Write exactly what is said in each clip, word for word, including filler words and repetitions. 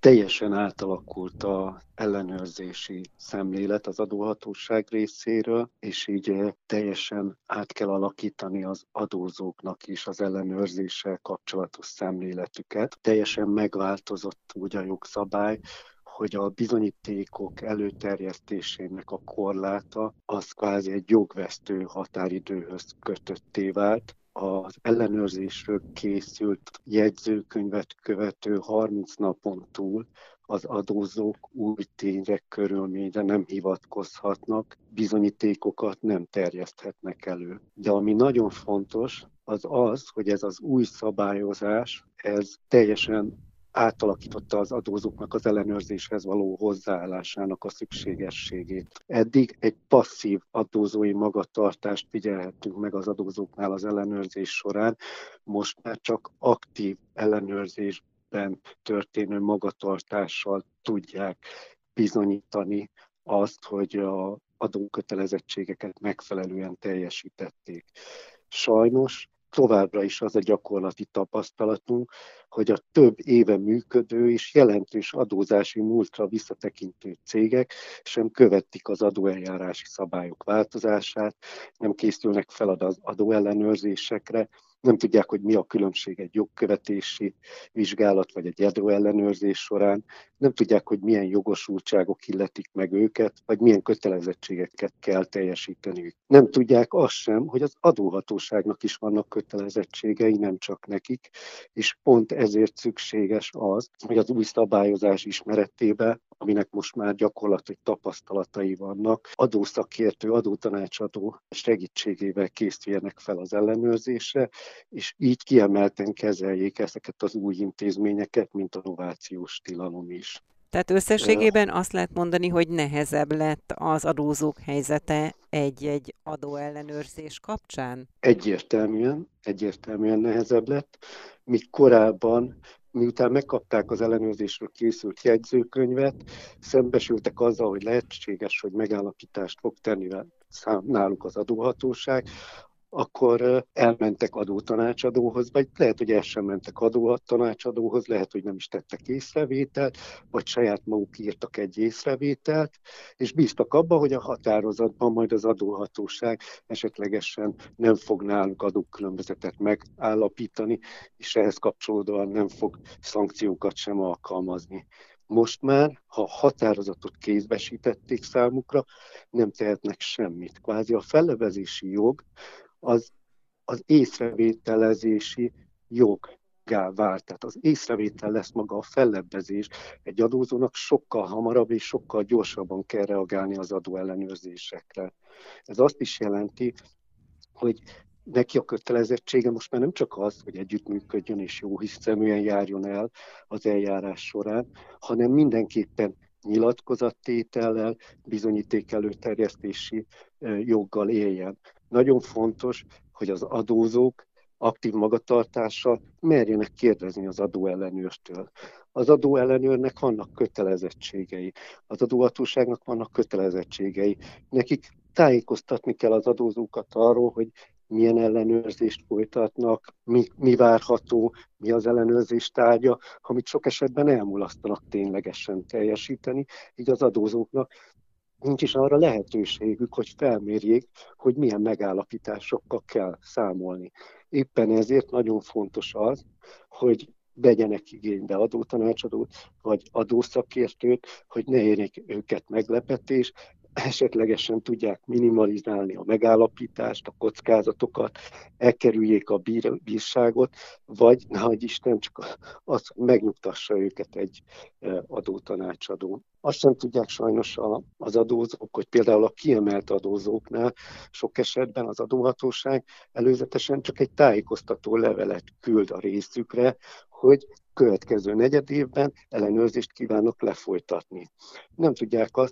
Teljesen átalakult az ellenőrzési szemlélet az adóhatóság részéről, és így teljesen át kell alakítani az adózóknak is az ellenőrzéssel kapcsolatos szemléletüket. Teljesen megváltozott úgy a jogszabály, hogy a bizonyítékok előterjesztésének a korláta az kvázi egy jogvesztő határidőhöz kötötté vált. Az ellenőrzésről készült jegyzőkönyvet követő harminc napon túl az adózók új tényre, körülményre nem hivatkozhatnak, bizonyítékokat nem terjeszthetnek elő. De ami nagyon fontos, az az, hogy ez az új szabályozás, ez teljesen átalakította az adózóknak az ellenőrzéshez való hozzáállásának a szükségességét. Eddig egy passzív adózói magatartást figyelhettünk meg az adózóknál az ellenőrzés során, most már csak aktív ellenőrzésben történő magatartással tudják bizonyítani azt, hogy az adókötelezettségeket megfelelően teljesítették. Sajnos továbbra is az a gyakorlati tapasztalatunk, hogy a több éve működő és jelentős adózási múltra visszatekintő cégek sem követik az adóeljárási szabályok változását, nem készülnek fel az adóellenőrzésekre, nem tudják, hogy mi a különbség egy jogkövetési vizsgálat vagy egy adóellenőrzés során, nem tudják, hogy milyen jogosultságok illetik meg őket, vagy milyen kötelezettségeket kell teljesíteniük. Nem tudják azt sem, hogy az adóhatóságnak is vannak kötelezettségei, nem csak nekik, és pont ezért szükséges az, hogy az új szabályozás ismeretében, aminek most már gyakorlati tapasztalatai vannak, adószakértő, adótanácsadó segítségével készüljenek fel az ellenőrzésre, és így kiemelten kezeljék ezeket az új intézményeket, mint a novációs tilalom is. Tehát összességében azt lehet mondani, hogy nehezebb lett az adózók helyzete egy-egy adóellenőrzés kapcsán? Egyértelműen, egyértelműen nehezebb lett, míg korábban, miután megkapták az ellenőrzésről készült jegyzőkönyvet, szembesültek azzal, hogy lehetséges, hogy megállapítást fog tenni náluk az adóhatóság, akkor elmentek adótanácsadóhoz, vagy lehet, hogy el sem mentek adótanácsadóhoz, lehet, hogy nem is tettek észrevételt, vagy saját maguk írtak egy észrevételt, és bíztak abba, hogy a határozatban majd az adóhatóság esetlegesen nem fog náluk adókülönbözetet megállapítani, és ehhez kapcsolódóan nem fog szankciókat sem alkalmazni. Most már, ha határozatot kézbesítették számukra, nem tehetnek semmit. Kvázi a fellebbezési jog az, az észrevételezési joggá vált. Tehát az észrevétel lesz maga a fellebbezés. Egy adózónak sokkal hamarabb és sokkal gyorsabban kell reagálni az adóellenőrzésekre. Ez azt is jelenti, hogy neki a kötelezettsége most már nem csak az, hogy együttműködjön és jóhiszeműen járjon el az eljárás során, hanem mindenképpen nyilatkozattétellel, bizonyíték előterjesztési joggal éljen. Nagyon fontos, hogy az adózók aktív magatartással merjenek kérdezni az adóellenőrtől. Az adóellenőrnek vannak kötelezettségei, az adóhatóságnak vannak kötelezettségei. Nekik tájékoztatni kell az adózókat arról, hogy milyen ellenőrzést folytatnak, mi, mi várható, mi az ellenőrzés tárgya, amit sok esetben elmulasztanak ténylegesen teljesíteni, így az adózóknak nincs is arra lehetőségük, hogy felmérjék, hogy milyen megállapításokkal kell számolni. Éppen ezért nagyon fontos az, hogy vegyenek igénybe adótanácsadót, vagy adószakértőt, hogy ne érjék őket meglepetés, esetlegesen tudják minimalizálni a megállapítást, a kockázatokat, elkerüljék a bír- bírságot, vagy nehogy Isten csak az, hogy megnyugtassa őket egy adótanácsadó. Azt sem tudják sajnos az adózók, hogy például a kiemelt adózóknál sok esetben az adóhatóság előzetesen csak egy tájékoztató levelet küld a részükre, hogy következő negyed évben ellenőrzést kívánok lefolytatni. Nem tudják azt, hogy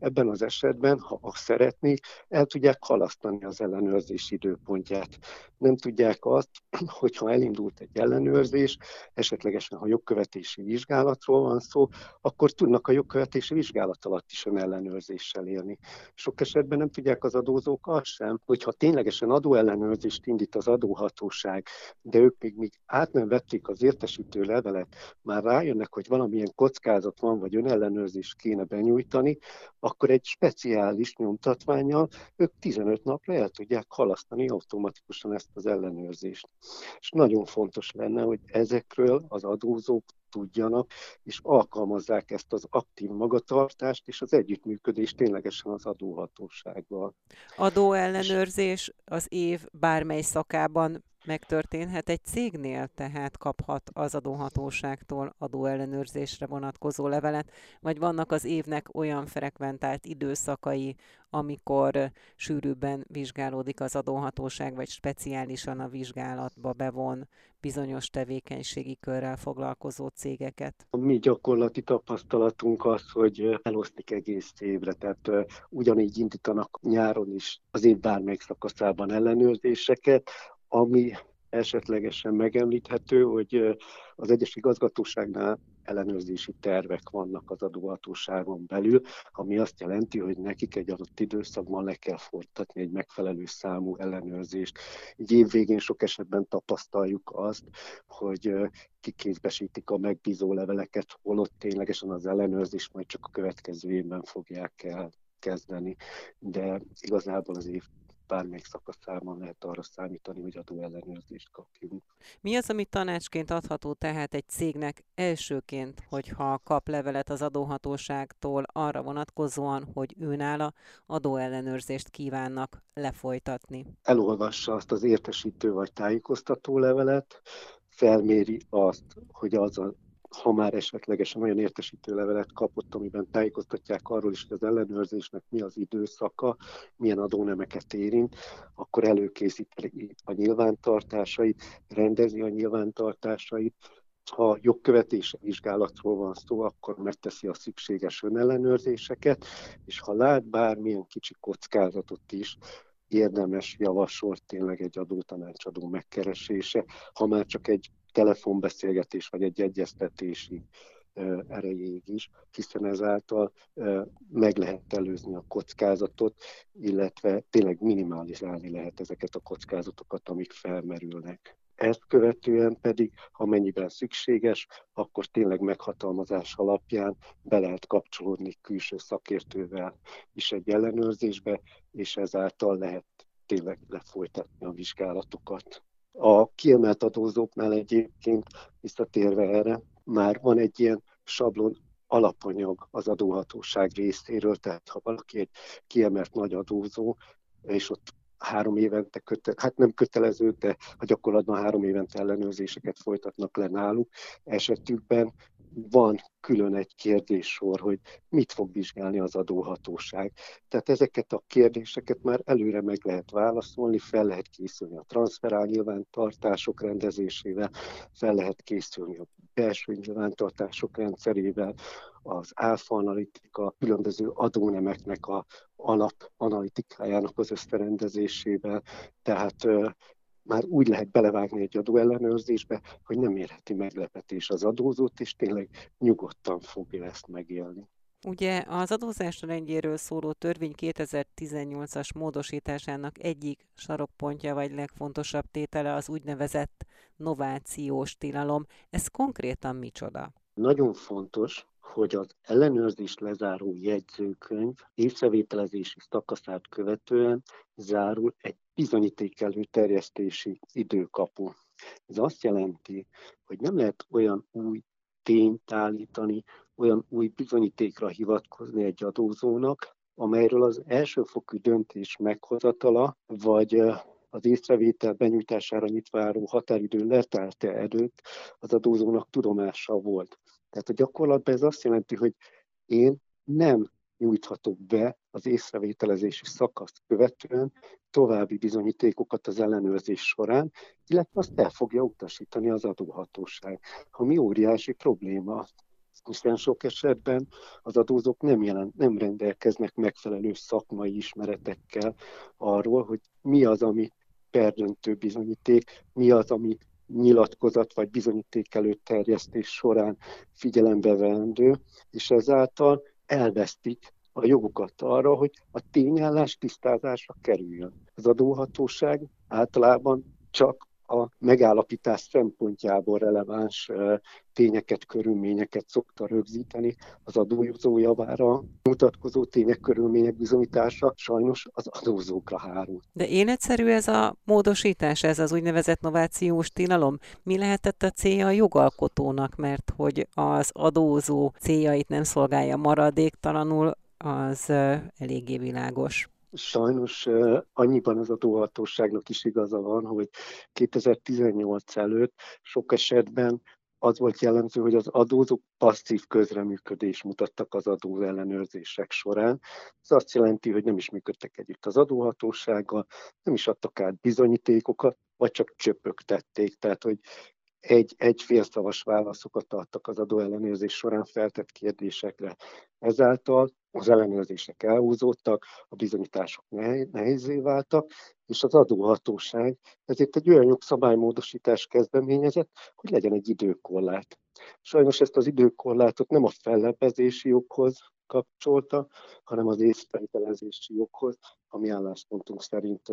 ebben az esetben, ha azt szeretnék, el tudják halasztani az ellenőrzés időpontját. Nem tudják azt, hogyha elindult egy ellenőrzés, esetlegesen ha jogkövetési vizsgálatról van szó, akkor tudnak a jogkövetési vizsgálat alatt is ellenőrzéssel élni. Sok esetben nem tudják az adózók azt sem, hogyha ténylegesen adóellenőrzést indít az adóhatóság, de ők még, még át nem vették az értesítő levelet, már rájönnek, hogy valamilyen kockázat van, vagy önellenőrzést kéne benyújtani, akkor egy speciális nyomtatvánnyal ők tizenöt napra el tudják halasztani automatikusan ezt az ellenőrzést. És nagyon fontos lenne, hogy ezekről az adózók tudjanak, és alkalmazzák ezt az aktív magatartást és az együttműködést ténylegesen az adóhatósággal. Adóellenőrzés az év bármely szakában megtörténhet egy cégnél, tehát kaphat az adóhatóságtól adóellenőrzésre vonatkozó levelet, vagy vannak az évnek olyan frekventált időszakai, amikor sűrűbben vizsgálódik az adóhatóság, vagy speciálisan a vizsgálatba bevon bizonyos tevékenységi körrel foglalkozó cégeket? A mi gyakorlati tapasztalatunk az, hogy elosztik egész évre, tehát uh, ugyanígy indítanak nyáron is az év bármelyik szakaszában ellenőrzéseket, ami esetlegesen megemlíthető, hogy az egyes igazgatóságnál ellenőrzési tervek vannak az adóhatóságon belül, ami azt jelenti, hogy nekik egy adott időszakban le kell folytatni egy megfelelő számú ellenőrzést. Így évvégén sok esetben tapasztaljuk azt, hogy kikézbesítik a megbízó leveleket, holott ténylegesen az ellenőrzés majd csak a következő évben fogják el kezdeni, de igazából az év bármelyik szakaszában lehet arra számítani, hogy adóellenőrzést kapjunk. Mi az, amit tanácsként adható tehát egy cégnek elsőként, hogyha kap levelet az adóhatóságtól arra vonatkozóan, hogy őnála adóellenőrzést kívánnak lefolytatni? Elolvassa azt az értesítő vagy tájékoztató levelet, felméri azt, hogy az a ha már esetlegesen olyan értesítő levelet kapott, amiben tájékoztatják arról is, hogy az ellenőrzésnek mi az időszaka, milyen adónemeket érint, akkor előkészíti a nyilvántartásait, rendezi a nyilvántartásait. Ha jogkövetési vizsgálatról van szó, akkor megteszi a szükséges önellenőrzéseket, és ha lát bármilyen kicsi kockázatot is, érdemes javasolt tényleg egy adótanácsadó megkeresése, ha már csak egy telefonbeszélgetés vagy egy egyeztetési uh, erejéig is, hiszen ezáltal uh, meg lehet előzni a kockázatot, illetve tényleg minimalizálni lehet ezeket a kockázatokat, amik felmerülnek. Ezt követően pedig, ha mennyiben szükséges, akkor tényleg meghatalmazás alapján be lehet kapcsolódni külső szakértővel is egy ellenőrzésbe, és ezáltal lehet tényleg lefolytatni a vizsgálatokat. A kiemelt adózóknál egyébként, visszatérve erre, már van egy ilyen sablon alapanyag az adóhatóság részéről, tehát ha valaki egy kiemelt nagy adózó, és ott három évente, köte, hát nem kötelező, de a gyakorlatban három évente ellenőrzéseket folytatnak le náluk. Esetükben van külön egy kérdéssor, hogy mit fog vizsgálni az adóhatóság. Tehát ezeket a kérdéseket már előre meg lehet válaszolni, fel lehet készülni a transzferál nyilvántartások rendezésével, fel lehet készülni a belső nyilvántartások rendszerével, az áfa analitika, különböző adónemeknek a alapanalitikájának az összerendezésével, tehát ö, már úgy lehet belevágni egy adóellenőrzésbe, hogy nem érheti meglepetés az adózót, és tényleg nyugodtan fogja ezt megélni. Ugye az adózás rendjéről szóló törvény kétezer-tizennyolcas módosításának egyik sarokpontja vagy legfontosabb tétele az úgynevezett novációs tilalom. Ez konkrétan micsoda? Nagyon fontos, hogy az ellenőrzést lezáró jegyzőkönyv észrevételezési szakaszát követően zárul egy bizonyítékelő terjesztési időkapu. Ez azt jelenti, hogy nem lehet olyan új tényt állítani, olyan új bizonyítékra hivatkozni egy adózónak, amelyről az elsőfokú döntés meghozatala, vagy az észrevétel benyújtására nyitva álló határidő letelte előtt az adózónak tudomása volt. Tehát a gyakorlatban ez azt jelenti, hogy én nem nyújthatok be az észrevételezési szakaszt követően további bizonyítékokat az ellenőrzés során, illetve azt el fogja utasítani az adóhatóság. Ami óriási probléma. hiszen sok esetben az adózók nem, jelent, nem rendelkeznek megfelelő szakmai ismeretekkel arról, hogy mi az, ami perdöntő bizonyíték, mi az, ami nyilatkozat vagy bizonyíték előterjesztés során figyelembe veendő, és ezáltal elvesztik a jogukat arra, hogy a tényállás tisztázásra kerüljön. Az adóhatóság általában csak a megállapítás szempontjából releváns tényeket, körülményeket szokta rögzíteni, az adózó javára mutatkozó tények, körülmények bizonyítása sajnos az adózókra hárul. De életszerű ez a módosítás, ez az úgynevezett novációs tilalom? Mi lehetett a célja a jogalkotónak, mert hogy az adózó céljait nem szolgálja maradéktalanul, az eléggé világos. Sajnos uh, annyiban az adóhatóságnak is igaza van, hogy kétezer-tizennyolc előtt sok esetben az volt jellemző, hogy az adózók passzív közreműködést mutattak az adóellenőrzések során. Ez azt jelenti, hogy nem is működtek együtt az adóhatósággal, nem is adtak át bizonyítékokat, vagy csak csöpögtették. Tehát, hogy egy, egy félszavas válaszokat adtak az adóellenőrzés során feltett kérdésekre. Ezáltal az ellenőrzések elhúzódtak, a bizonyítások nehézé váltak, és az adóhatóság ezért egy olyan jogszabálymódosítást kezdeményezett, hogy legyen egy időkorlát. Sajnos ezt az időkorlátot nem a fellebbezési joghoz kapcsolta, hanem az észrevételezési joghoz, ami álláspontunk szerint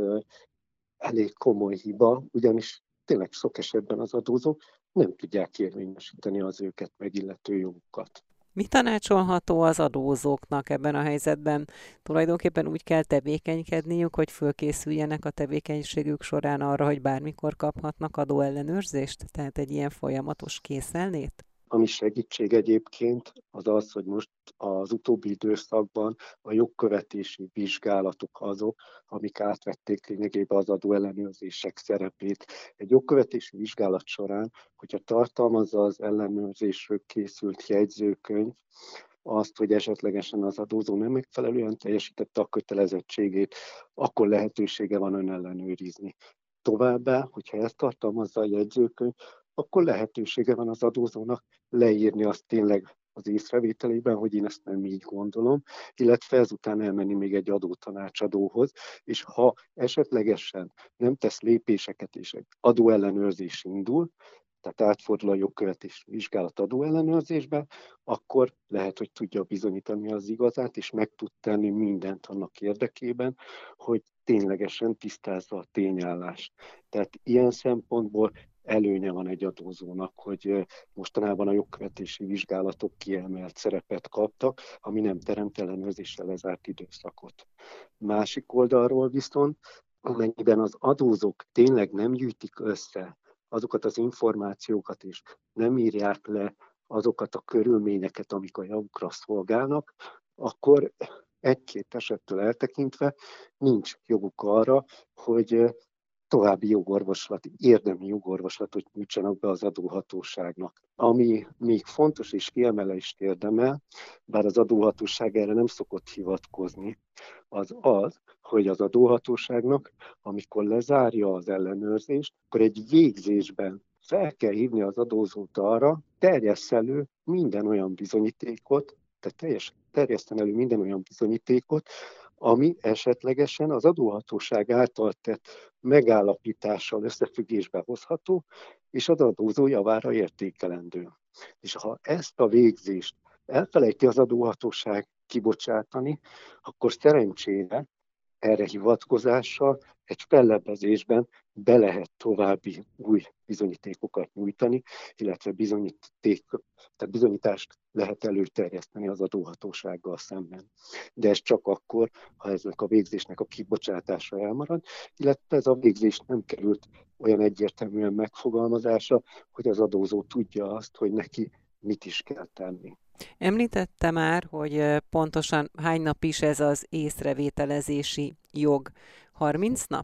elég komoly hiba, ugyanis tényleg sok esetben az adózók nem tudják érvényesíteni az őket megillető jogokat. Mi tanácsolható az adózóknak ebben a helyzetben? Tulajdonképpen úgy kell tevékenykedniük, hogy fölkészüljenek a tevékenységük során arra, hogy bármikor kaphatnak adóellenőrzést? Tehát egy ilyen folyamatos készenlét? Ami segítség egyébként az az, hogy most az utóbbi időszakban a jogkövetési vizsgálatok azok, amik átvették lényegében az adóellenőrzések szerepét. Egy jogkövetési vizsgálat során, hogyha tartalmazza az ellenőrzésről készült jegyzőkönyv, azt, hogy esetlegesen az adózó nem megfelelően teljesítette a kötelezettségét, akkor lehetősége van önellenőrizni. Továbbá, hogyha ezt tartalmazza a jegyzőkönyv, akkor lehetősége van az adózónak leírni azt tényleg az észrevételében, hogy én ezt nem így gondolom, illetve ezután elmenni még egy adótanácsadóhoz, és ha esetlegesen nem tesz lépéseket és egy adóellenőrzés indul, tehát átfordul a jogkövetés vizsgálat adóellenőrzésbe, akkor lehet, hogy tudja bizonyítani az igazát, és meg tud tenni mindent annak érdekében, hogy ténylegesen tisztázza a tényállást. Tehát ilyen szempontból előnye van egy adózónak, hogy mostanában a jogkövetési vizsgálatok kiemelt szerepet kaptak, ami nem teremt ellenőrzéssel lezárt időszakot. Másik oldalról viszont, amennyiben az adózók tényleg nem gyűjtik össze azokat az információkat, és nem írják le azokat a körülményeket, amik a javukra szolgálnak, akkor egy-két esettől eltekintve nincs joguk arra, hogy további jogorvoslat, érdemi jogorvoslatot nyújtsanak be az adóhatóságnak. Ami még fontos és kiemelést érdemel, bár az adóhatóság erre nem szokott hivatkozni, az az, hogy az adóhatóságnak, amikor lezárja az ellenőrzést, akkor egy végzésben fel kell hívni az adózót arra, terjessz elő minden olyan bizonyítékot, tehát teljes, terjeszten elő minden olyan bizonyítékot, ami esetlegesen az adóhatóság által tett megállapítással összefüggésbe hozható, és az adózó javára értékelendő. És ha ezt a végzést elfelejti az adóhatóság kibocsátani, akkor szerencsére erre hivatkozással egy fellebbezésben be lehet további új bizonyítékokat nyújtani, illetve bizonyíték, tehát bizonyítást lehet előterjeszteni az adóhatósággal szemben. De ez csak akkor, ha eznek a végzésnek a kibocsátása elmarad, illetve ez a végzés nem került olyan egyértelműen megfogalmazásra, hogy az adózó tudja azt, hogy neki mit is kell tenni. Említette már, hogy pontosan hány nap is ez az észrevételezési jog? harminc nap?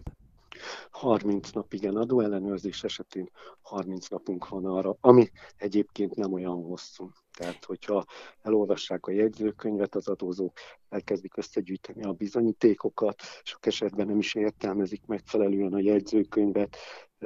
harminc nap, igen, adóellenőrzés esetén harminc napunk van arra, ami egyébként nem olyan hosszú. Tehát, hogyha elolvassák a jegyzőkönyvet, az adózók elkezdik összegyűjteni a bizonyítékokat, sok esetben nem is értelmezik megfelelően a jegyzőkönyvet,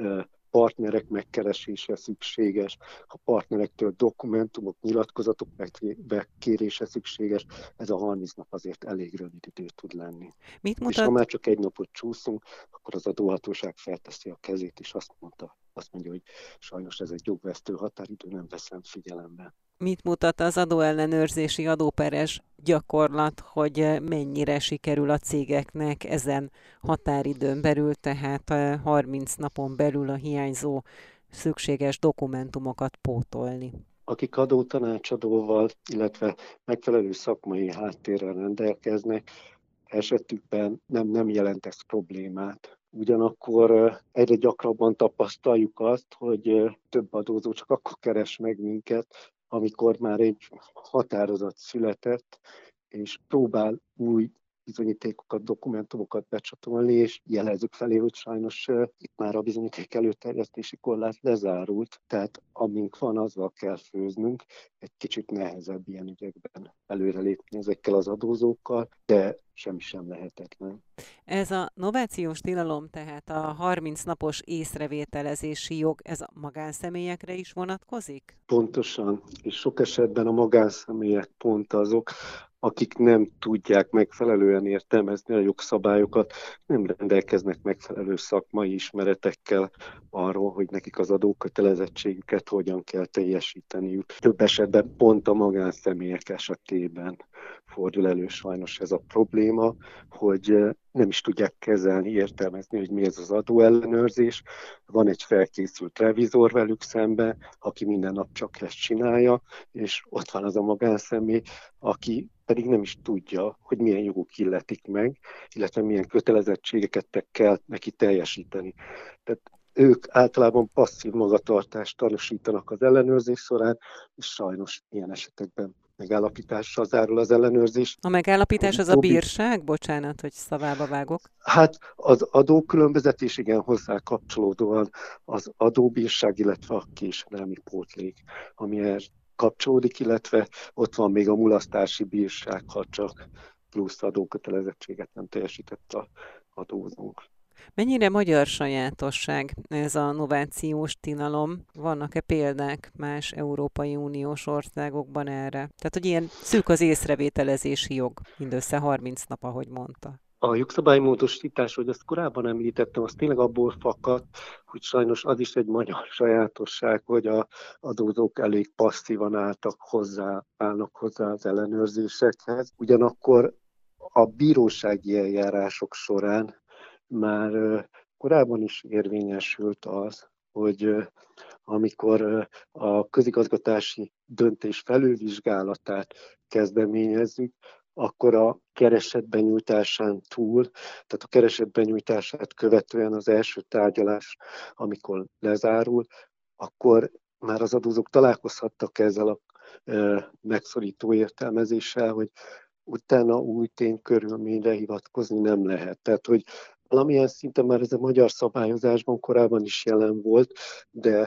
partnerek megkeresése szükséges, ha partnerektől dokumentumok, nyilatkozatok megkérése szükséges, ez a harminc nap azért elég rövid idő tud lenni. Mit És ha mutat? már csak egy napot csúszunk, akkor az adóhatóság felteszi a kezét, és azt mondta, azt mondja, hogy sajnos ez egy jogvesztő határidő, nem veszem figyelembe. Mit mutat az adóellenőrzési adóperes gyakorlat, hogy mennyire sikerül a cégeknek ezen határidőn belül, tehát harminc napon belül a hiányzó szükséges dokumentumokat pótolni? Akik adótanácsadóval, illetve megfelelő szakmai háttérrel rendelkeznek, esetükben nem, nem jelent ez problémát. Ugyanakkor egyre gyakrabban tapasztaljuk azt, hogy több adózó csak akkor keres meg minket, amikor már egy határozat született, és próbál új bizonyítékokat, dokumentumokat becsatolni, és jelezzük felé, hogy sajnos uh, itt már a bizonyíték előterjesztési korlát lezárult, tehát amink van, azzal kell főznünk, egy kicsit nehezebb ilyen ügyekben előrelépni ezekkel az adózókkal, de semmi sem lehetetlen. Ez a novációs tilalom, tehát a harminc napos észrevételezési jog, ez a magánszemélyekre is vonatkozik? Pontosan, és sok esetben a magánszemélyek pont azok, akik nem tudják megfelelően értelmezni a jogszabályokat, nem rendelkeznek megfelelő szakmai ismeretekkel arról, hogy nekik az adókötelezettségüket hogyan kell teljesíteniük. Több esetben pont a magánszemélyek esetében fordul elő sajnos ez a probléma, hogy nem is tudják kezelni, értelmezni, hogy mi ez az adóellenőrzés. Van egy felkészült revizor velük szembe, aki minden nap csak ezt csinálja, és ott van az a magánszemély, aki pedig nem is tudja, hogy milyen jogok illetik meg, illetve milyen kötelezettségeket kell neki teljesíteni. Tehát ők általában passzív magatartást tanúsítanak az ellenőrzés során, és sajnos ilyen esetekben megállapítással zárul az ellenőrzés. A megállapítás az a bírság? Bocsánat, hogy szavába vágok. Hát az adókülönbözetés, igen, hozzá kapcsolódóan az adóbírság, illetve a késedelmi pótlék, ami erre kapcsolódik, illetve ott van még a mulasztási bírság, ha csak plusz adókötelezettséget nem teljesített az adózónk. Mennyire magyar sajátosság ez a novációs tilalom? Vannak-e példák más Európai Uniós országokban erre? Tehát, hogy ilyen szűk az észrevételezési jog, mindössze harminc nap, ahogy mondta. A jogszabálymódosítás, hogy azt korábban említettem, az tényleg abból fakadt, hogy sajnos az is egy magyar sajátosság, hogy az adózók elég passzívan álltak hozzá, állnak hozzá az ellenőrzésekhez. Ugyanakkor a bírósági eljárások során már korábban is érvényesült az, hogy amikor a közigazgatási döntés felülvizsgálatát kezdeményezzük, akkor a kereset benyújtásán túl, tehát a kereset benyújtását követően az első tárgyalás, amikor lezárul, akkor már az adózók találkozhattak ezzel a e, megszorító értelmezéssel, hogy utána új ténykörülményre hivatkozni nem lehet. Tehát, hogy valamilyen szinten már ez a magyar szabályozásban korábban is jelen volt, de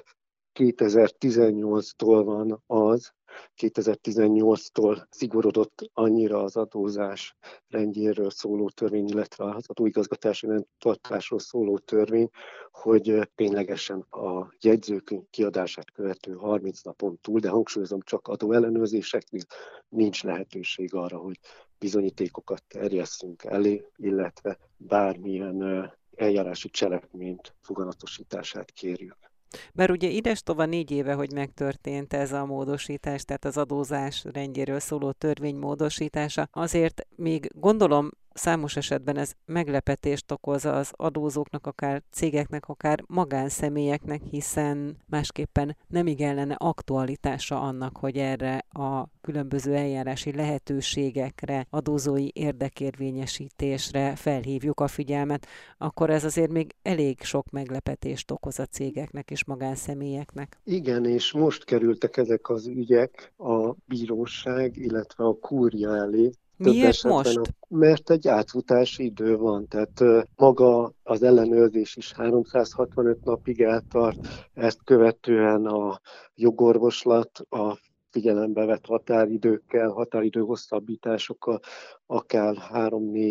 kétezer-tizennyolctól van az, kétezer-tizennyolctól szigorodott annyira az adózás rendjéről szóló törvény, illetve az adóigazgatási rendtartásról szóló törvény, hogy ténylegesen a jegyzőkönyv kiadását követő harminc napon túl, de hangsúlyozom, csak adóellenőrzéseknél nincs lehetőség arra, hogy bizonyítékokat terjesszünk elé, illetve bármilyen eljárási cselekményt foganatosítását kérjük. Mert ugye idestova négy éve, hogy megtörtént ez a módosítás, tehát az adózás rendjéről szóló törvény módosítása, azért még gondolom számos esetben ez meglepetést okoz az adózóknak, akár cégeknek, akár magánszemélyeknek, hiszen másképpen nem igen lenne aktualitása annak, hogy erre a különböző eljárási lehetőségekre, adózói érdekérvényesítésre felhívjuk a figyelmet, akkor ez azért még elég sok meglepetést okoz a cégeknek és magánszemélyeknek. Igen, és most kerültek ezek az ügyek a bíróság, illetve a kúria elé. Miért most? A, mert egy átfutási idő van, tehát maga az ellenőrzés is háromszázhatvanöt napig eltart, ezt követően a jogorvoslat a figyelembe vett határidőkkel, határidő hosszabbításokkal akár három-négy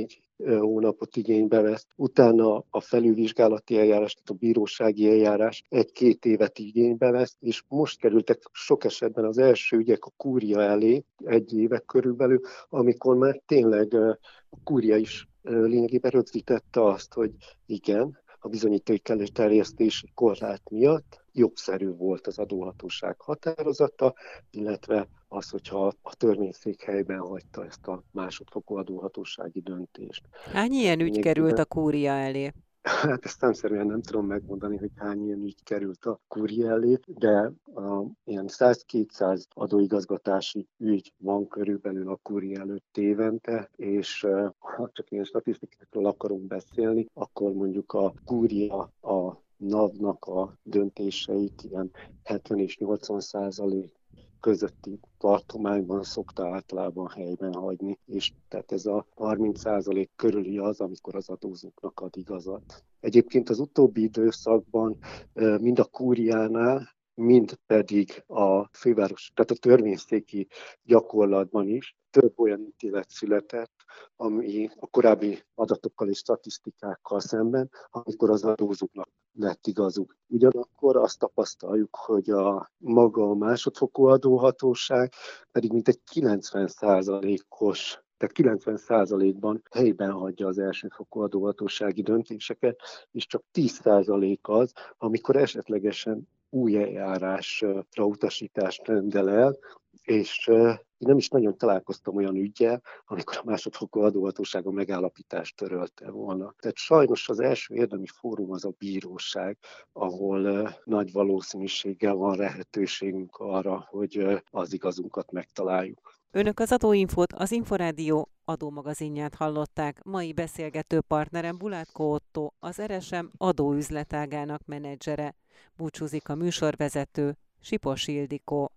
hónapot igénybe vesz. Utána a felülvizsgálati eljárás, tehát a bírósági eljárás egy-két évet igénybe vesz, és most kerültek sok esetben az első ügyek a kúria elé, egy éve körülbelül, amikor már tényleg a kúria is lényegében rögzítette azt, hogy igen, a bizonyítékkelés terjesztési korlát miatt jogszerű volt az adóhatóság határozata, illetve az, hogyha a törvényszék helyben hagyta ezt a másodfokú adóhatósági döntést. Hány ilyen ügy került a kúria elé? Hát ezt számszerűen nem tudom megmondani, hogy hány ilyen ügy került a kúria elé, de a, ilyen száz-kétszáz adóigazgatási ügy van körülbelül a kúria előtt évente, és ha csak ilyen statisztikákról akarunk beszélni, akkor mondjuk a kúria a NAV-nak a döntéseit ilyen hetven és nyolcvan százalék közötti tartományban szokta általában helyben hagyni, és tehát ez a harminc százalék körüli az, amikor az adózóknak ad igazat. Egyébként az utóbbi időszakban mind a kúriánál, mind pedig a főváros, tehát a törvényszéki gyakorlatban is több olyan ítélet született, ami a korábbi adatokkal és statisztikákkal szemben, amikor az adózóknak lett igazuk. Ugyanakkor azt tapasztaljuk, hogy a maga a másodfokú adóhatóság pedig mintegy kilencven százalékos, tehát kilencven százalékban helyben hagyja az elsőfokú adóhatósági döntéseket, és csak tíz százalék az, amikor esetlegesen új eljárásra utasítást rendel el, és én nem is nagyon találkoztam olyan üggyel, amikor a másodfokú adóhatóság a megállapítást törölte volna. Tehát sajnos az első érdemi fórum az a bíróság, ahol nagy valószínűséggel van lehetőségünk arra, hogy az igazunkat megtaláljuk. Önök az Adóinfót, az Inforádió adómagazinját hallották. Mai beszélgető partnerem Bulátko Ottó, az er es em adóüzletágának menedzsere. Búcsúzik a műsorvezető, Sipos Ildikó.